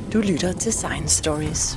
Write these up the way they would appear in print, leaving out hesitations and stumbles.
Du lytter til Science Stories.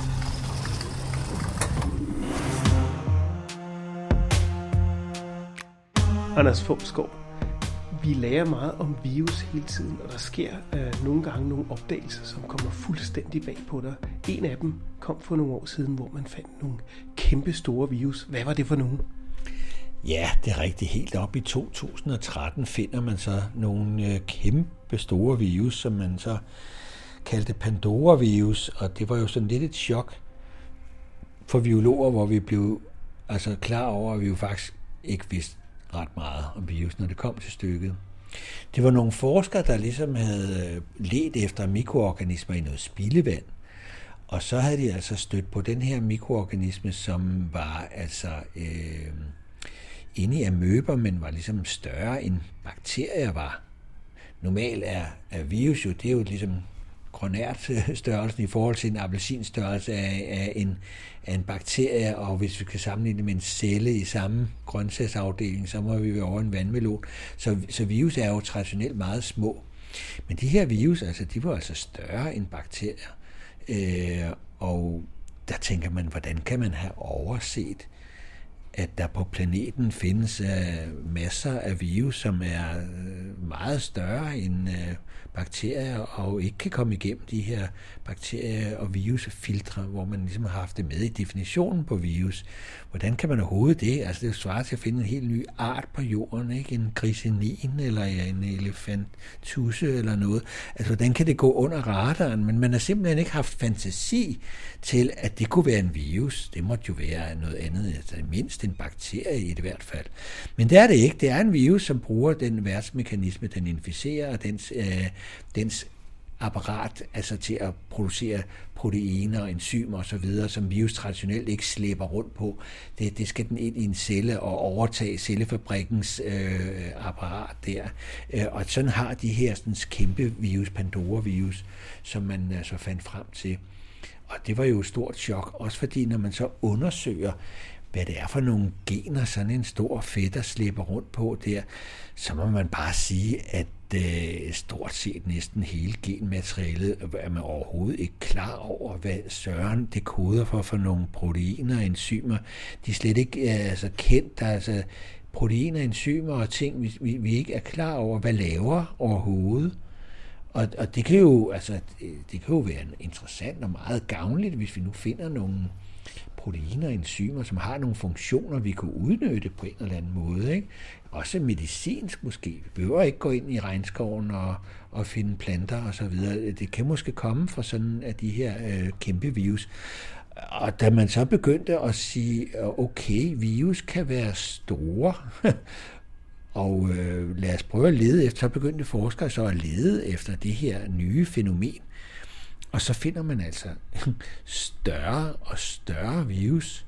Anders Fomsgaard, vi lærer meget om virus hele tiden, og der sker nogle gange nogle opdagelser, som kommer fuldstændig bag på dig. En af dem kom for nogle år siden, hvor man fandt nogle kæmpe store virus. Hvad var det for nogen? Ja, det er rigtigt. Helt op i 2013 finder man så nogle kæmpe store virus, som man så kaldte Pandora-virus, og det var jo sådan lidt et chok for biologer, hvor vi blev klar over, at vi jo faktisk ikke vidste ret meget om virus, når det kom til stykket. Det var nogle forskere, der ligesom havde ledt efter mikroorganismer i noget spildevand, og så havde de altså stødt på den her mikroorganisme, som var inde i amøber, men var ligesom større end bakterier var. Normalt er virus jo, det er jo ligesom granært størrelsen i forhold til en appelsinstørrelse af en bakterie, og hvis vi kan sammenligne det med en celle i samme grøntsagsafdeling, så må vi være over en vandmelon. Så virus er jo traditionelt meget små. Men de her virus, de var altså større end bakterier. Og der tænker man, hvordan kan man have overset, at der på planeten findes masser af virus, som er meget større end bakterier, og ikke kan komme igennem de her bakterie- og virusfiltre, hvor man ligesom har haft det med i definitionen på virus. Hvordan kan man overhovedet det? Det svarer til at finde en helt ny art på jorden, ikke? En grisenin eller en elefantusse eller noget. Hvordan kan det gå under radaren? Men man har simpelthen ikke haft fantasi til, at det kunne være en virus. Det måtte jo være noget andet, mindst en bakterie i det hvert fald. Men det er det ikke. Det er en virus, som bruger den værtsmekanisme, den inficerer, og dens apparat til at producere proteiner og enzymer osv., som virus traditionelt ikke slæber rundt på. Det skal den ind i en celle og overtage cellefabrikkens apparat der. Og sådan har de her kæmpe virus, Pandora-virus, som man så fandt frem til. Og det var jo et stort chok, også fordi når man så undersøger, hvad det er for nogle gener, sådan en stor fætter slæber rundt på der, så må man bare sige, at stort set næsten hele genmaterialet er man overhovedet ikke klar over, hvad søren det koder for nogle proteiner og enzymer. De er slet ikke kendt. Der er proteiner, enzymer og ting, vi ikke er klar over, hvad laver overhovedet. Og det kan jo, være interessant og meget gavnligt, hvis vi nu finder nogle proteiner og enzymer, som har nogle funktioner, vi kunne udnytte på en eller anden måde. Ikke? Også medicinsk måske. Vi behøver ikke gå ind i regnskoven og finde planter og så videre. Det kan måske komme fra sådan af de her kæmpe virus. Og da man så begyndte at sige, okay, virus kan være store, og lad os prøve at lede efter, så begyndte forskere så at lede efter det her nye fænomen. Og så finder man større og større virus.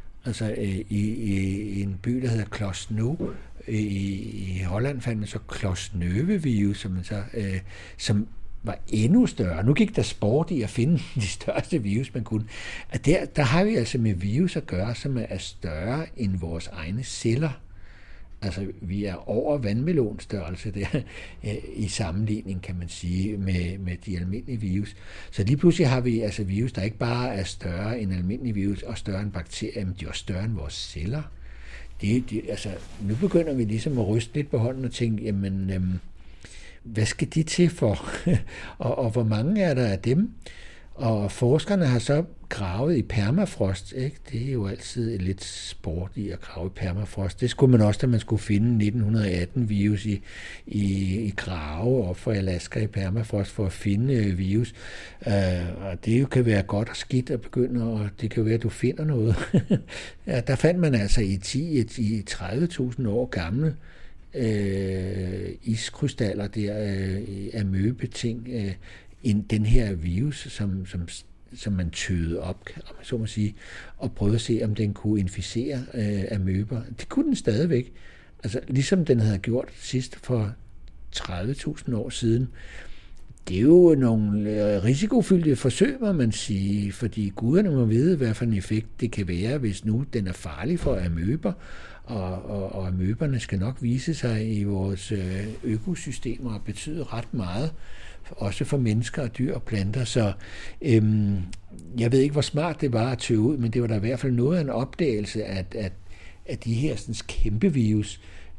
I en by, der hedder Klostno, i Holland fandt man så Klostnøve-virus, som var endnu større. Nu gik der sport i at finde de største virus, man kunne. Og der har vi med virus at gøre, som er større end vores egne celler. Vi er over vandmelonstørrelse der i sammenligning, kan man sige, med de almindelige virus. Så lige pludselig har vi virus, der ikke bare er større end almindelige virus og større end bakterier, men de er også større end vores celler. Nu begynder vi ligesom at ryste lidt på hånden og tænke, jamen, hvad skal de til for? og hvor mange er der af dem? Og forskerne har så gravet i permafrost, ikke? Det er jo altid lidt sport i at grave i permafrost. Det skulle man også, da man skulle finde 1918-virus i grave op for Alaska i permafrost for at finde virus. Og det jo kan være godt og skidt at begynde, og det kan være, at du finder noget. Ja, der fandt man i 30.000 år gamle iskrystaller der, amøbeting, den her virus, som man tøede op, så må sige, og prøvede at se, om den kunne inficere amøber. Det kunne den stadigvæk. Ligesom den havde gjort sidst for 30.000 år siden. Det er jo nogle risikofyldte forsøg, må man sige, fordi guderne må vide, hvad for en effekt det kan være, hvis nu den er farlig for amøber, og amøberne skal nok vise sig i vores økosystemer og betyde ret meget også for mennesker og dyr og planter. Så jeg ved ikke, hvor smart det var at tøve ud, men det var da i hvert fald noget af en opdagelse, at de her sådan, kæmpe virus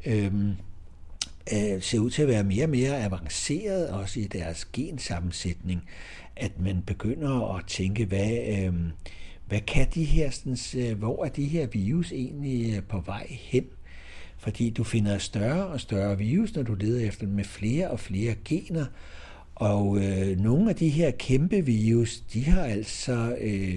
ser ud til at være mere og mere avanceret også i deres gensammensætning, at man begynder at tænke, hvad kan de her, sådan, hvor er de her virus egentlig på vej hen? Fordi du finder større og større virus, når du leder efter dem med flere og flere gener, og nogle af de her kæmpe virus, de har altså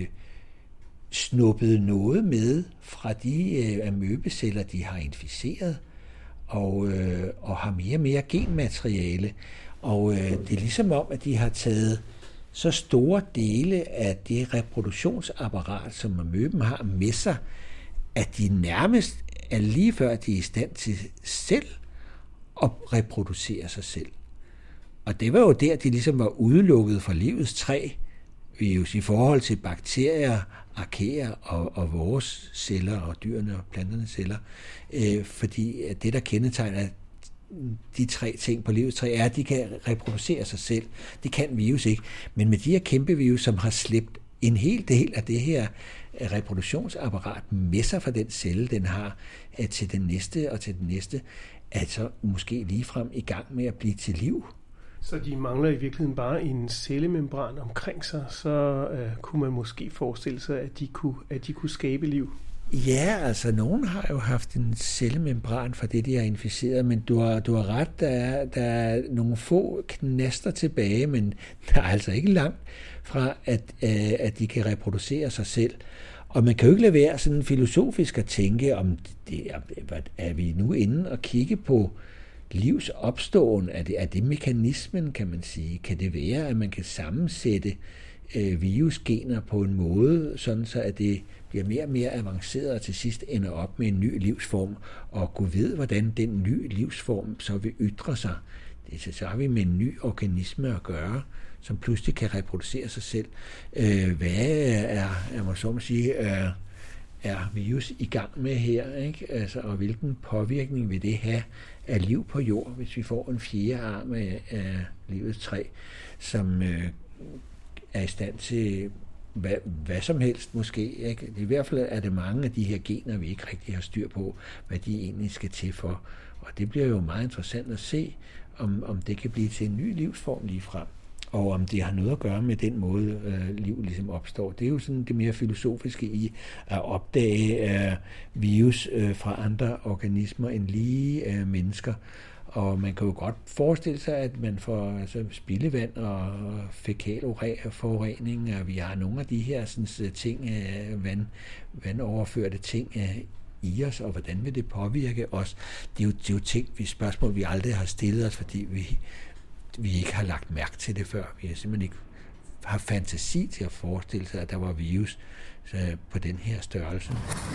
snuppet noget med fra de amøbeceller, de har inficeret, og har mere og mere genmateriale. Og det er ligesom om, at de har taget så store dele af det reproduktionsapparat, som amøben har med sig, at de nærmest er lige før, de er i stand til selv at reproducere sig selv. Og det var jo der, de ligesom var udelukket fra livets træ, virus i forhold til bakterier, arkeer og vores celler og dyrene og planternes celler. Fordi det, der kendetegner de tre ting på livets træ, er, at de kan reproducere sig selv. Det kan virus ikke. Men med de her kæmpe virus, som har slæbt en hel del af det her reproduktionsapparat med sig fra den celle, den har, til den næste og til den næste, altså måske ligefrem i gang med at blive til liv. Så de mangler i virkeligheden bare en cellemembran omkring sig, så kunne man måske forestille sig, at de kunne skabe liv. Ja, altså nogen har jo haft en cellemembran for det, de har inficeret, men du har ret, der er nogle få knaster tilbage, men der er altså ikke langt fra, at de kan reproducere sig selv. Og man kan jo ikke lade være sådan filosofisk at tænke, om det er vi nu inde og kigge på livs opståen? Er det mekanismen, kan man sige? Kan det være, at man kan sammensætte virusgener på en måde, sådan så at det bliver mere og mere avanceret og til sidst ender op med en ny livsform, og Gud ved, hvordan den nye livsform så vil ytre sig. Så har vi med en ny organisme at gøre, som pludselig kan reproducere sig selv. Hvad jeg må så sige, er virus i gang med her, ikke? Altså, og hvilken påvirkning vil det have af liv på jord, hvis vi får en fjerde arm af livets træ, som er i stand til hvad som helst måske. Ikke? I hvert fald er det mange af de her gener, vi ikke rigtig har styr på, hvad de egentlig skal til for. Og det bliver jo meget interessant at se, om det kan blive til en ny livsform lige frem, og om det har noget at gøre med den måde, liv ligesom opstår. Det er jo sådan det mere filosofiske i at opdage virus fra andre organismer end lige mennesker. Og man kan jo godt forestille sig, at man får spildevand og fækalforurening, og vi har nogle af de her sådan, ting, vandoverførte ting i os, og hvordan vil det påvirke os? Det er jo ting, spørgsmål, vi aldrig har stillet os, fordi vi ikke har lagt mærke til det før. Vi har simpelthen ikke har fantasi til at forestille sig, at der var virus på den her størrelse.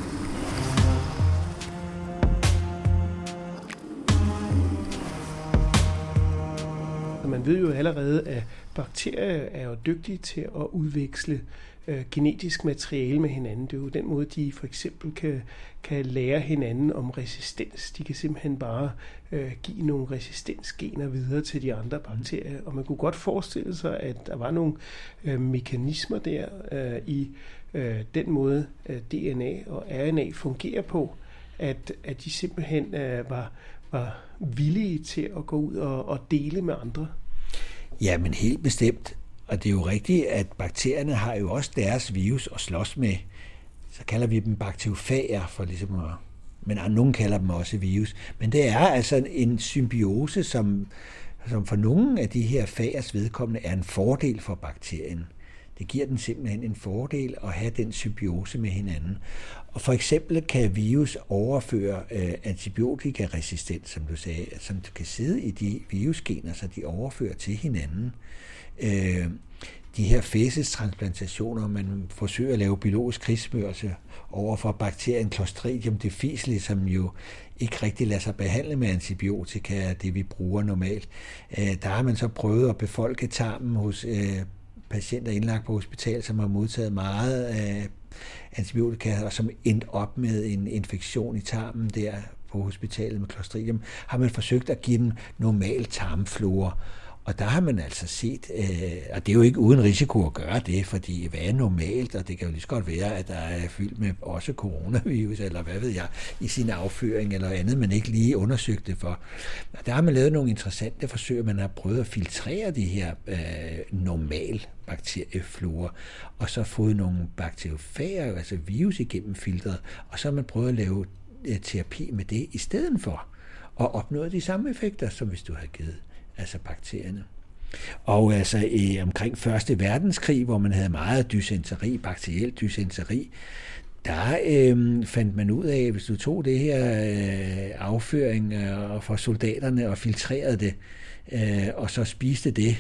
Man ved jo allerede, at bakterier er jo dygtige til at udveksle genetisk materiale med hinanden. Det er jo den måde, de for eksempel kan lære hinanden om resistens. De kan simpelthen bare give nogle resistensgener videre til de andre bakterier. Og man kunne godt forestille sig, at der var nogle mekanismer der i den måde, DNA og RNA fungerer på, at de simpelthen var villige til at gå ud og dele med andre. Ja, men helt bestemt. Og det er jo rigtigt, at bakterierne har jo også deres virus at slås med. Så kalder vi dem bakteriofager, for ligesom men nogen kalder dem også virus. Men det er altså en symbiose, som for nogle af de her fagers vedkommende er en fordel for bakterien. Det giver den simpelthen en fordel at have den symbiose med hinanden. Og for eksempel kan virus overføre antibiotikaresistens, som du sagde, som kan sidde i de virusgener, så de overfører til hinanden. De her fæcestransplantationer, man forsøger at lave biologisk krigsførelse over for bakterien Clostridium difficile, som jo ikke rigtig lader sig behandle med antibiotika, det vi bruger normalt. Der har man så prøvet at befolke tarmen hos patienter indlagt på hospital, som har modtaget meget antibiotika, og som endte op med en infektion i tarmen der på hospitalet med Clostridium, har man forsøgt at give dem normal tarmflora. Og der har man altså set, og det er jo ikke uden risiko at gøre det, fordi hvad er normalt, og det kan jo lige så godt være, at der er fyldt med også coronavirus, eller hvad ved jeg, i sin afføring eller andet, man ikke lige undersøgte for. Og der har man lavet nogle interessante forsøg, man har prøvet at filtrere de her normal bakterieflora, og så fået nogle bakteriofager, altså virus igennem filteret, og så har man prøvet at lave terapi med det i stedet for, og opnået de samme effekter, som hvis du havde givet altså bakterierne. Og altså omkring 1. verdenskrig, hvor man havde meget dysenteri, bakteriel dysenteri, der fandt man ud af, hvis du tog det her afføring fra soldaterne og filtrerede det, og så spiste det.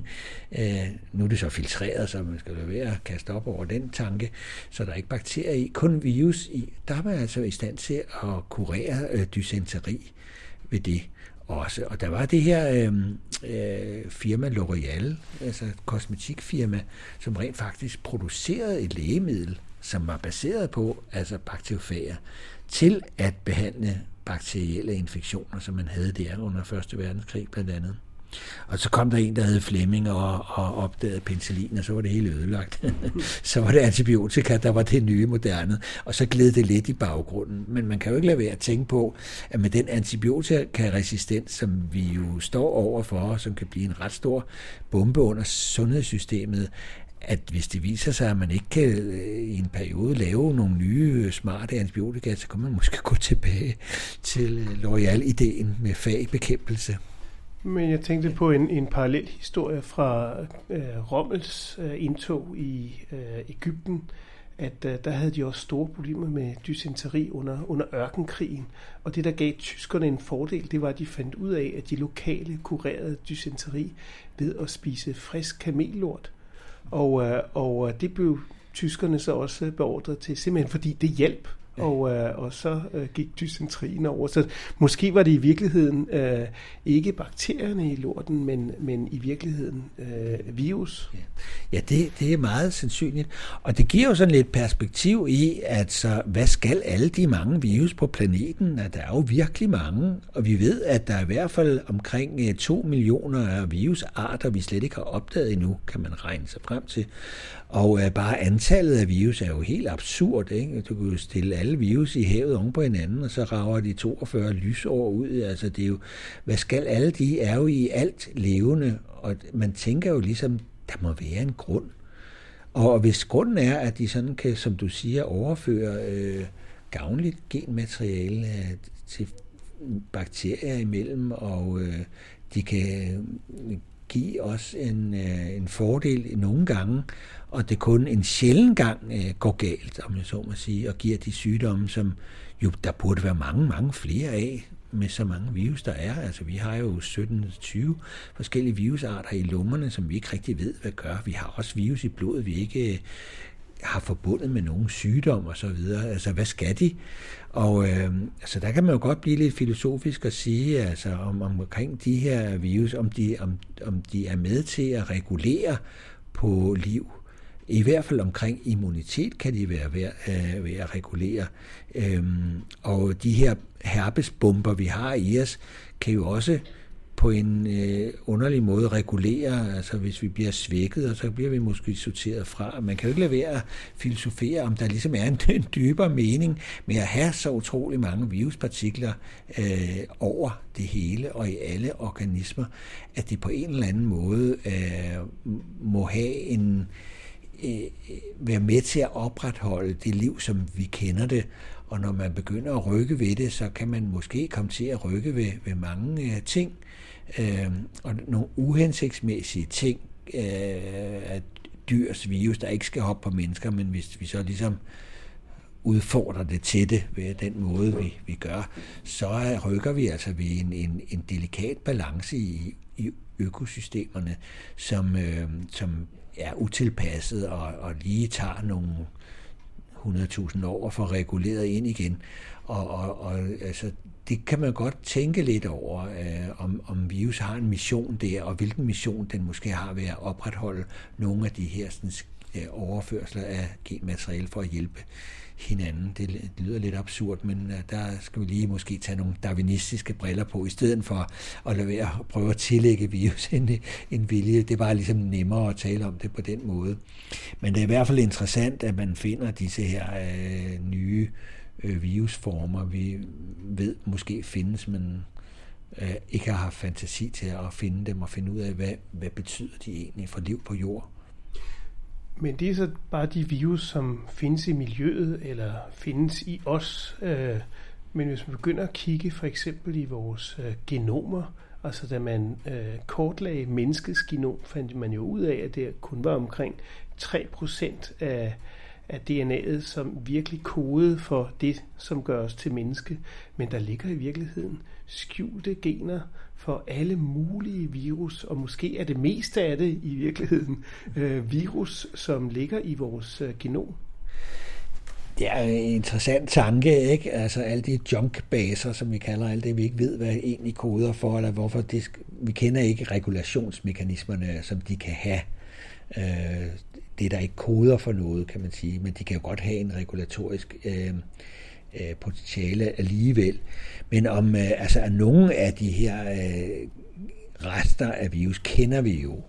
Nu er det så filtreret, så man skal lade være at kaste op over den tanke, så der er ikke bakterier i, kun virus i. Der er man altså i stand til at kurere dysenteri ved det også. Og der var det her firma L'Oréal, altså et kosmetikfirma, som rent faktisk producerede et lægemiddel, som var baseret på altså bakteriofager, til at behandle bakterielle infektioner, som man havde der under 1. verdenskrig blandt andet. Og så kom der en, der hed Flemming og opdagede penicillin, og så var det hele ødelagt. Så var det antibiotika, der var det nye moderne, og så gled det lidt i baggrunden. Men man kan jo ikke lade være at tænke på, at med den antibiotikaresistens, som vi jo står overfor, som kan blive en ret stor bombe under sundhedssystemet, at hvis det viser sig, at man ikke kan i en periode lave nogle nye smarte antibiotika, så kan man måske gå tilbage til L'Oréal-ideen med fagbekæmpelse. Men jeg tænkte på en parallel historie fra Rommels indtog i Egypten, at der havde de også store problemer med dysenteri under ørkenkrigen. Og det, der gav tyskerne en fordel, det var, at de fandt ud af, at de lokale kurerede dysenteri ved at spise frisk kamellort. Og det blev tyskerne så også beordret til, simpelthen fordi det hjalp. Og så gik dysenterien over. Så måske var det i virkeligheden ikke bakterierne i lorten, men i virkeligheden virus. Ja, det er meget sandsynligt. Og det giver jo sådan lidt perspektiv i, at så, hvad skal alle de mange virus på planeten? At der er jo virkelig mange, og vi ved, at der er i hvert fald omkring 2 millioner virusarter, vi slet ikke har opdaget endnu, kan man regne sig frem til. Og bare antallet af virus er jo helt absurd, ikke? Du kan jo stille alle virus i havet oven på hinanden, og så rager de 42 lysår ud. Altså det er jo, hvad skal alle de, er jo i alt levende, og man tænker jo ligesom, der må være en grund. Og hvis grunden er, at de sådan kan, som du siger, overføre gavnligt genmateriale til bakterier imellem, og de kan give os en fordel nogle gange, og det kun en sjælden gang går galt, om jeg så må sige, og giver de sygdomme, som jo der burde være mange flere af, med så mange virus, der er. Altså vi har jo 17-20 forskellige virusarter i lungerne, som vi ikke rigtig ved, hvad gør. Vi har også virus i blodet, vi ikke har forbundet med nogen sygdom og så videre. Altså hvad skal de? Og altså der kan man jo godt blive lidt filosofisk og sige, altså omkring de her virus, om de er med til at regulere på liv. I hvert fald omkring immunitet kan de være ved at regulere. Og de her herpesbomber, vi har i os, kan jo også på en underlig måde regulere, altså hvis vi bliver svækket, og så bliver vi måske sorteret fra. Man kan jo ikke lade være at filosofere, om der ligesom er en dybere mening med at have så utrolig mange viruspartikler over det hele og i alle organismer, at det på en eller anden måde må have være med til at opretholde det liv, som vi kender det. Og når man begynder at rykke ved det, så kan man måske komme til at rykke ved mange ting. Og nogle uhensigtsmæssige ting af dyrs virus, der ikke skal hoppe på mennesker, men hvis vi så ligesom udfordrer det til det ved den måde, vi gør, så rykker vi altså ved en delikat balance i økosystemerne, som er utilpasset og lige tager nogle 100.000 år for reguleret ind igen. Og altså, det kan man godt tænke lidt over, om virus har en mission der, og hvilken mission den måske har ved at opretholde nogle af de her sådan, overførsler af genmateriale for at hjælpe hinanden. Det lyder lidt absurd, men der skal vi lige måske tage nogle darwinistiske briller på, i stedet for at lade være at prøve at tillægge virus en vilje. Det er bare ligesom nemmere at tale om det på den måde. Men det er i hvert fald interessant, at man finder disse her nye virusformer, vi ved måske findes, men ikke har haft fantasi til at finde dem og finde ud af, hvad betyder de egentlig for liv på jord. Men det er så bare de virus, som findes i miljøet eller findes i os. Men hvis man begynder at kigge for eksempel i vores genomer, altså da man kortlagde menneskets genom, fandt man jo ud af, at det kun var omkring 3% af DNA'et, som virkelig kodede for det, som gør os til menneske. Men der ligger i virkeligheden skjulte gener for alle mulige virus, og måske er det meste af det i virkeligheden virus, som ligger i vores genom. Det er en interessant tanke, ikke? Altså alle de junkbaser, som vi kalder alt det, vi ikke ved, hvad egentlig koder for, eller hvorfor vi kender ikke regulationsmekanismerne, som de kan have. Det er der ikke koder for noget, kan man sige, men de kan jo godt have en regulatorisk potentiale alligevel. Men om altså nogle af de her rester af virus kender vi jo,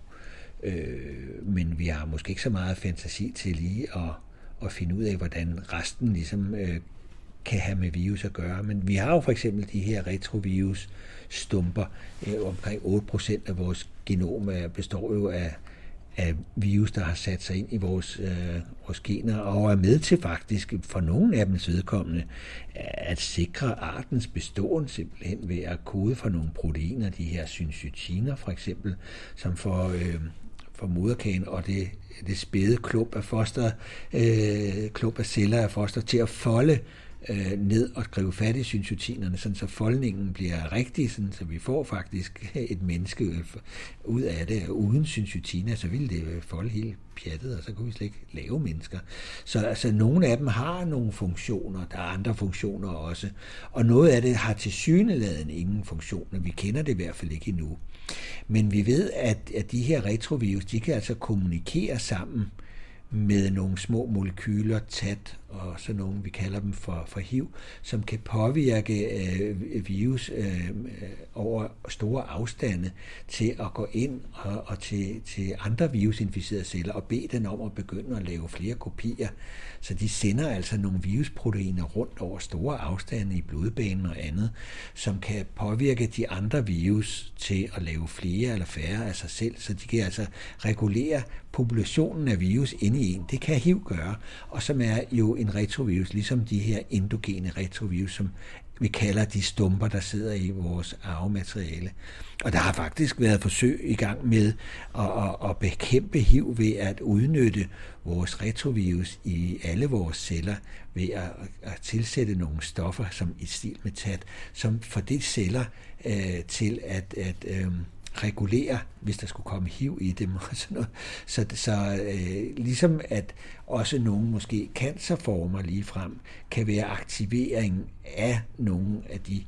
men vi har måske ikke så meget fantasi til lige at finde ud af, hvordan resten ligesom kan have med virus at gøre. Men vi har jo for eksempel de her retrovirus-stumper. Omkring 8% af vores genom består jo af virus, der har sat sig ind i vores gener, og er med til faktisk for nogle af dems vedkommende at sikre artens beståen simpelthen ved at kode for nogle proteiner, de her syncytiner for eksempel, som for moderkagen og det spæde klump af celler af foster til at folde ned og skrive fat i syncytinerne, sådan så foldningen bliver rigtig, sådan så vi får faktisk et menneske ud af det. Uden syncytiner, så ville det folde helt pjattet, og så kunne vi slet ikke lave mennesker. Så altså, nogle af dem har nogle funktioner, der er andre funktioner også, og noget af det har tilsyneladende ingen funktioner. Vi kender det i hvert fald ikke endnu. Men vi ved, at de her retrovirus, de kan altså kommunikere sammen med nogle små molekyler, TAT og sådan nogle, vi kalder dem for HIV, som kan påvirke virus over store afstande til at gå ind og til andre virusinficerede celler og bede den om at begynde at lave flere kopier. Så de sender altså nogle virusproteiner rundt over store afstande i blodbanen og andet, som kan påvirke de andre virus til at lave flere eller færre af sig selv, så de kan altså regulere populationen af virus inde i en. Det kan HIV gøre, og som er jo en retrovirus, ligesom de her endogene retrovirus, som vi kalder de stumper, der sidder i vores arvemateriale. Og der har faktisk været forsøg i gang med at bekæmpe HIV ved at udnytte vores retrovirus i alle vores celler, ved at tilsætte nogle stoffer, som i stil med TAT, som får de celler til at regulere, hvis der skulle komme HIV i dem og sådan noget. Så ligesom at også nogle måske cancerformer ligefrem kan være aktivering af nogle af de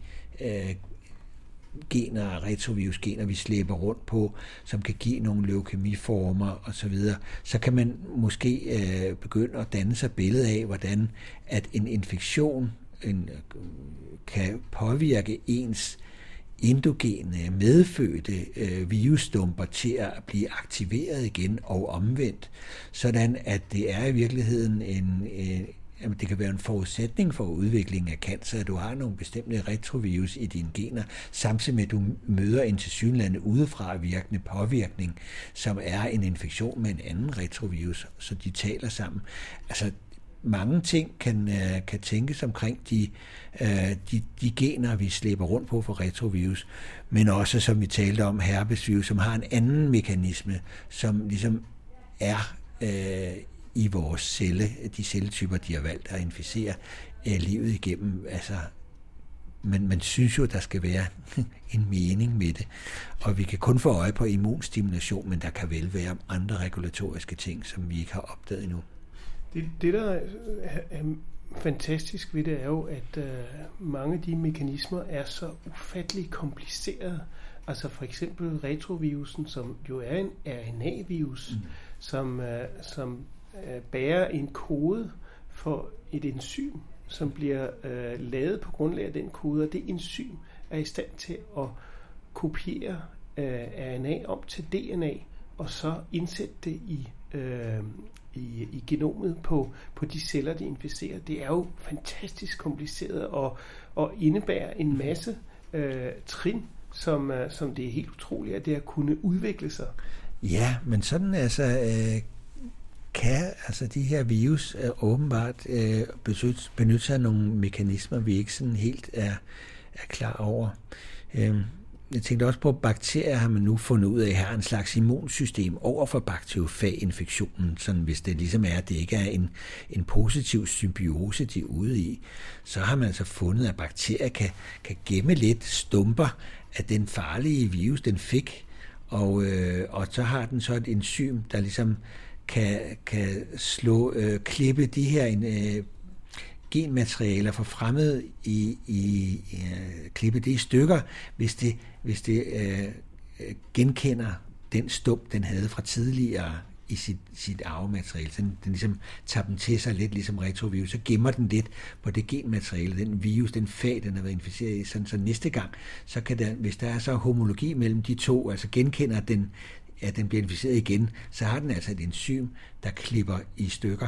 gener, retrovirusgener, vi slæber rundt på, som kan give nogle leukemiformer osv., så kan man måske begynde at danne sig billede af, hvordan at en infektion kan påvirke ens endogene medfødte virusstumper til at blive aktiveret igen og omvendt, sådan at det er i virkeligheden det kan være en forudsætning for udviklingen af cancer, at du har nogle bestemte retrovirus i dine gener, samtidig med at du møder en tilsyneladende udefra virkende påvirkning, som er en infektion med en anden retrovirus, så de taler sammen. Altså, mange ting kan tænkes omkring de gener, vi slæber rundt på for retrovirus, men også, som vi talte om, herpesvirus, som har en anden mekanisme, som ligesom er i vores de celletyper, de har valgt at inficere livet igennem. Altså, men man synes jo, der skal være en mening med det, og vi kan kun få øje på immunstimulation, men der kan vel være andre regulatoriske ting, som vi ikke har opdaget endnu. Det der er fantastisk ved det er jo, at mange af de mekanismer er så ufattelig komplicerede. Altså for eksempel retrovirusen, som jo er en RNA-virus, som bærer en kode for et enzym, som bliver lavet på grundlag af den kode, og det enzym er i stand til at kopiere RNA om til DNA, og så indsætte det i genomet på de celler, de inficerer. Det er jo fantastisk kompliceret og indebærer en masse trin, som det er helt utroligt, at det har kunnet udvikle sig. Ja, men sådan kan de her virus åbenbart benytte sig af nogle mekanismer, vi ikke sådan helt er klar over. Jeg tænkte også på, at bakterier har man nu fundet ud af, har en slags immunsystem over for bakteriofaginfektionen, sådan hvis det ligesom er, at det ikke er en positiv symbiose, de er ude i, så har man altså fundet, at bakterier kan gemme lidt stumper af den farlige virus, den fik, og så har den så et enzym, der ligesom kan klippe de her genmaterialer for fremmed klippe det i stykker, hvis det genkender den stump, den havde fra tidligere i sit arvemateriale. Så den ligesom tager dem til sig lidt ligesom retrovirus, så gemmer den lidt på det genmateriale, den virus, den fag, den har været inficeret i. Så næste gang, så kan den, hvis der er så homologi mellem de to, altså genkender den, at den bliver inficeret igen, så har den altså et enzym, der klipper i stykker,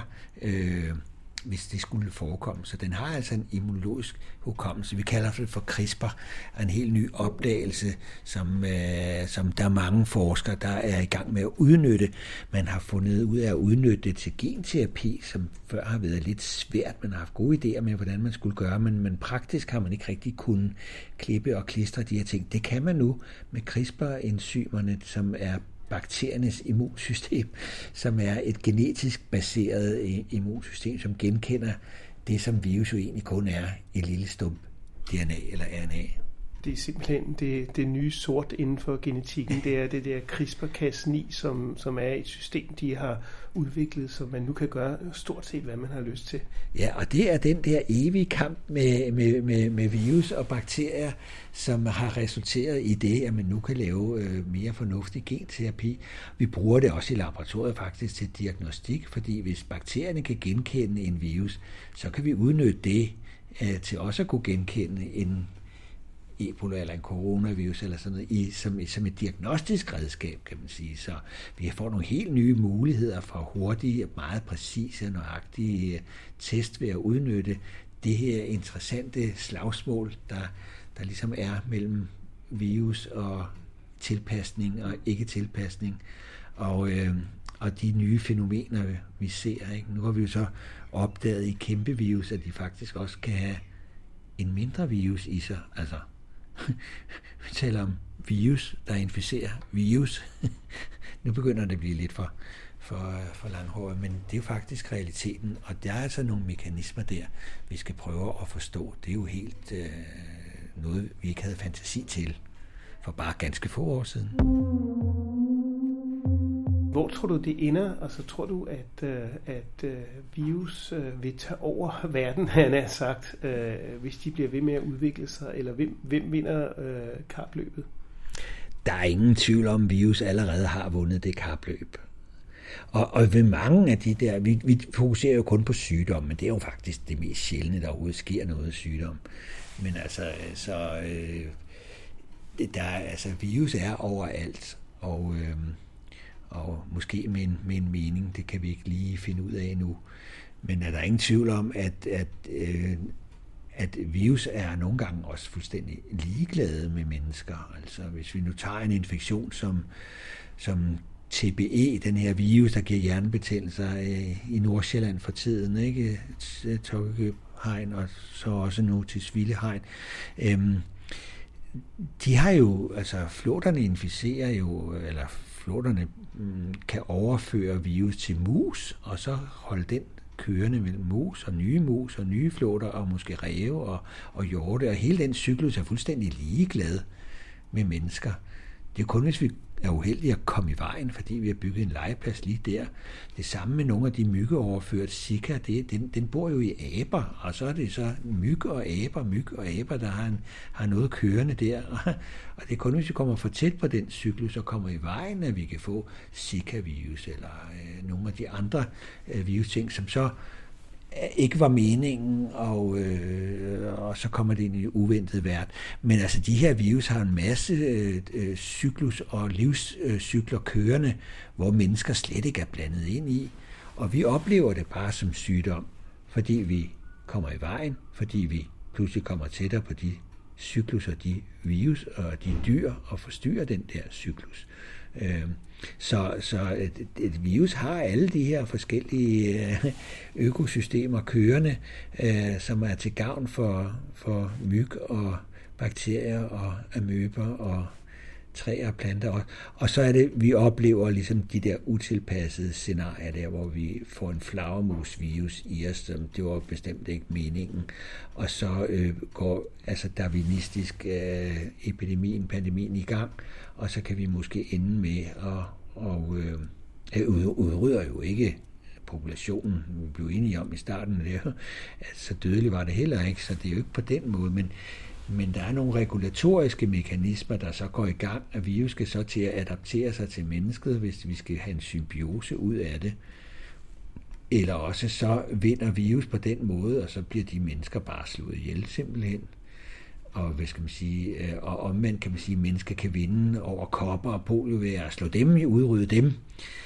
hvis det skulle forekomme. Så den har altså en immunologisk hukommelse. Vi kalder det for CRISPR, en helt ny opdagelse, som der er mange forskere, der er i gang med at udnytte. Man har fundet ud af at udnytte det til genterapi, som før har været lidt svært. Man har haft gode idéer med, hvordan man skulle gøre, men praktisk har man ikke rigtig kunnet klippe og klistre de her ting. Det kan man nu med CRISPR-enzymerne, som er bakteriernes immunsystem, som er et genetisk baseret immunsystem, som genkender det, som virus jo egentlig kun er et lille stump DNA eller RNA. Det er simpelthen det nye sort inden for genetikken. Det er det der CRISPR-Cas9, som er et system, de har udviklet, så man nu kan gøre stort set, hvad man har lyst til. Ja, og det er den der evige kamp med virus og bakterier, som har resulteret i det, at man nu kan lave mere fornuftig genterapi. Vi bruger det også i laboratoriet faktisk til diagnostik, fordi hvis bakterierne kan genkende en virus, så kan vi udnytte det til også at kunne genkende en Ebola eller en coronavirus eller sådan noget, som et diagnostisk redskab, kan man sige. Så vi får nogle helt nye muligheder for hurtige, meget præcise og nøjagtige test ved at udnytte det her interessante slagsmål, der ligesom er mellem virus og tilpasning og ikke-tilpasning. Og de nye fænomener, vi ser. Ikke? Nu har vi jo så opdaget i kæmpevirus, at de faktisk også kan have en mindre virus i sig. Altså, vi taler om virus, der inficerer virus. Nu begynder det at blive lidt for langhåret, men det er jo faktisk realiteten, og der er altså nogle mekanismer der, vi skal prøve at forstå. Det er jo helt noget, vi ikke havde fantasi til for bare ganske få år siden. Hvor tror du, det ender? Altså, tror du, at virus vil tage over verden, han har sagt, hvis de bliver ved med at udvikle sig, eller hvem vinder kapløbet? Der er ingen tvivl om, at virus allerede har vundet det kapløb. Og ved mange af de der, vi fokuserer jo kun på sygdom, men det er jo faktisk det mest sjældne, der overhovedet sker noget sygdom. Men altså, virus er overalt, og måske med en mening, det kan vi ikke lige finde ud af nu. Men er der ingen tvivl om, at virus er nogle gange også fuldstændig ligeglade med mennesker. Altså hvis vi nu tager en infektion som TBE, den her virus, der giver hjernebetændelser i Nordsjælland for tiden, ikke? Tokkekøbhegn og så også nu til Svillehegn. De har jo, altså flåterne inficerer jo, eller flåterne kan overføre virus til mus, og så holde den kørende mellem mus og nye flåter, og måske ræve og hjorte, og hele den cyklus er fuldstændig ligeglad med mennesker. Det er kun, hvis vi er uheldige at komme i vejen, fordi vi har bygget en legeplads lige der. Det samme med nogle af de myggeoverført Zika, den bor jo i aber, og så er det så myg og aber, der har noget kørende der. Og det er kun, hvis vi kommer for tæt på den cyklus og kommer i vejen, at vi kan få Zika-virus eller nogle af de andre virusting, som så ikke var meningen, og så kommer det ind i uventet verden. Men altså, de her virus har en masse cyklus og livscykler kørende, hvor mennesker slet ikke er blandet ind i. Og vi oplever det bare som sygdom, fordi vi kommer i vejen, fordi vi pludselig kommer tættere på de cyklus og de virus og de dyr og forstyrrer den der cyklus. Så et virus har alle de her forskellige økosystemer kørende, som er til gavn for myg og bakterier og amøber og træer og planter. Og så er det, vi oplever ligesom de der utilpassede scenarier der, hvor vi får en flagermusvirus i os, som det var bestemt ikke meningen. Og så går altså darwinistisk pandemien i gang, og så kan vi måske ende med at udrydder jo ikke populationen. Vi blev enige om i starten, at så dødelig var det heller ikke, så det er jo ikke på den måde, men der er nogle regulatoriske mekanismer, der så går i gang, at virus skal så til at adaptere sig til mennesket, hvis vi skal have en symbiose ud af det. Eller også så vinder virus på den måde, og så bliver de mennesker bare slået ihjel simpelthen. Og hvad skal man sige, og omvendt kan man sige, at mennesker kan vinde over kopper og polio ved at slå dem, udrydde dem.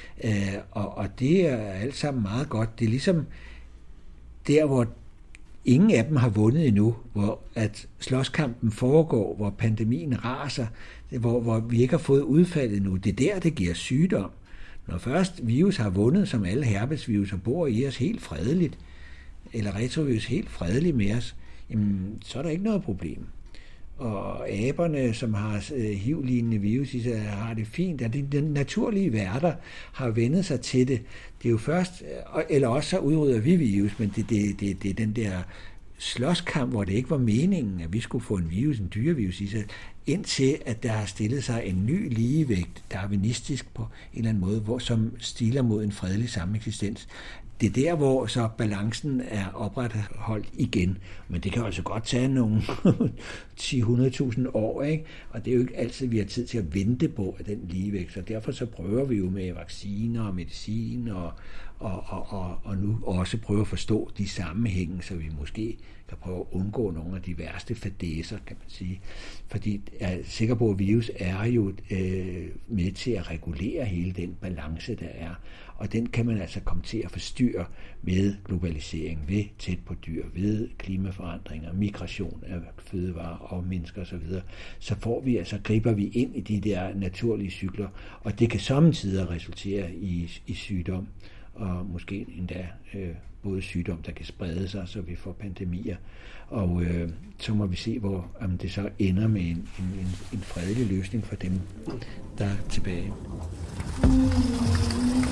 Og det er alt sammen meget godt. Det er ligesom der, hvor ingen af dem har vundet endnu, hvor at slåskampen foregår, hvor pandemien raser, hvor vi ikke har fået udfaldet endnu. Det er der, det giver sygdom. Når først virus har vundet, som alle herpesvirus bor i os helt fredeligt, eller retrovirus helt fredeligt med os, jamen, så er der ikke noget problem. Og aberne, som har HIV-lignende virus i sig, har det fint. Ja, de naturlige værter har vendet sig til det. Det er jo først, eller også så udrydder vi virus, men det er den der slåskamp, hvor det ikke var meningen, at vi skulle få en virus, en dyrevirus i sig, indtil at der har stillet sig en ny ligevægt, darwinistisk på en eller anden måde, som stiler mod en fredelig sameksistens. Det er der, hvor så balancen er opretholdt igen. Men det kan altså godt tage nogle 10-100.000 år, ikke? Og det er jo ikke altid, vi har tid til at vente på at den ligevægt. Så derfor så prøver vi jo med vacciner og medicin og nu også prøve at forstå de sammenhænge, så vi måske kan prøve at undgå nogle af de værste fadæser, kan man sige. Fordi jeg er sikker på, at virus er jo med til at regulere hele den balance, der er. Og den kan man altså komme til at forstyrre med globalisering, ved tæt på dyr, ved klimaforandringer, migration af fødevarer og mennesker osv. Så griber vi ind i de der naturlige cykler, og det kan samtidig resultere i sygdom, og måske endda både sygdom, der kan sprede sig, så vi får pandemier. Og så må vi se, om det så ender med en fredelig løsning for dem, der er tilbage.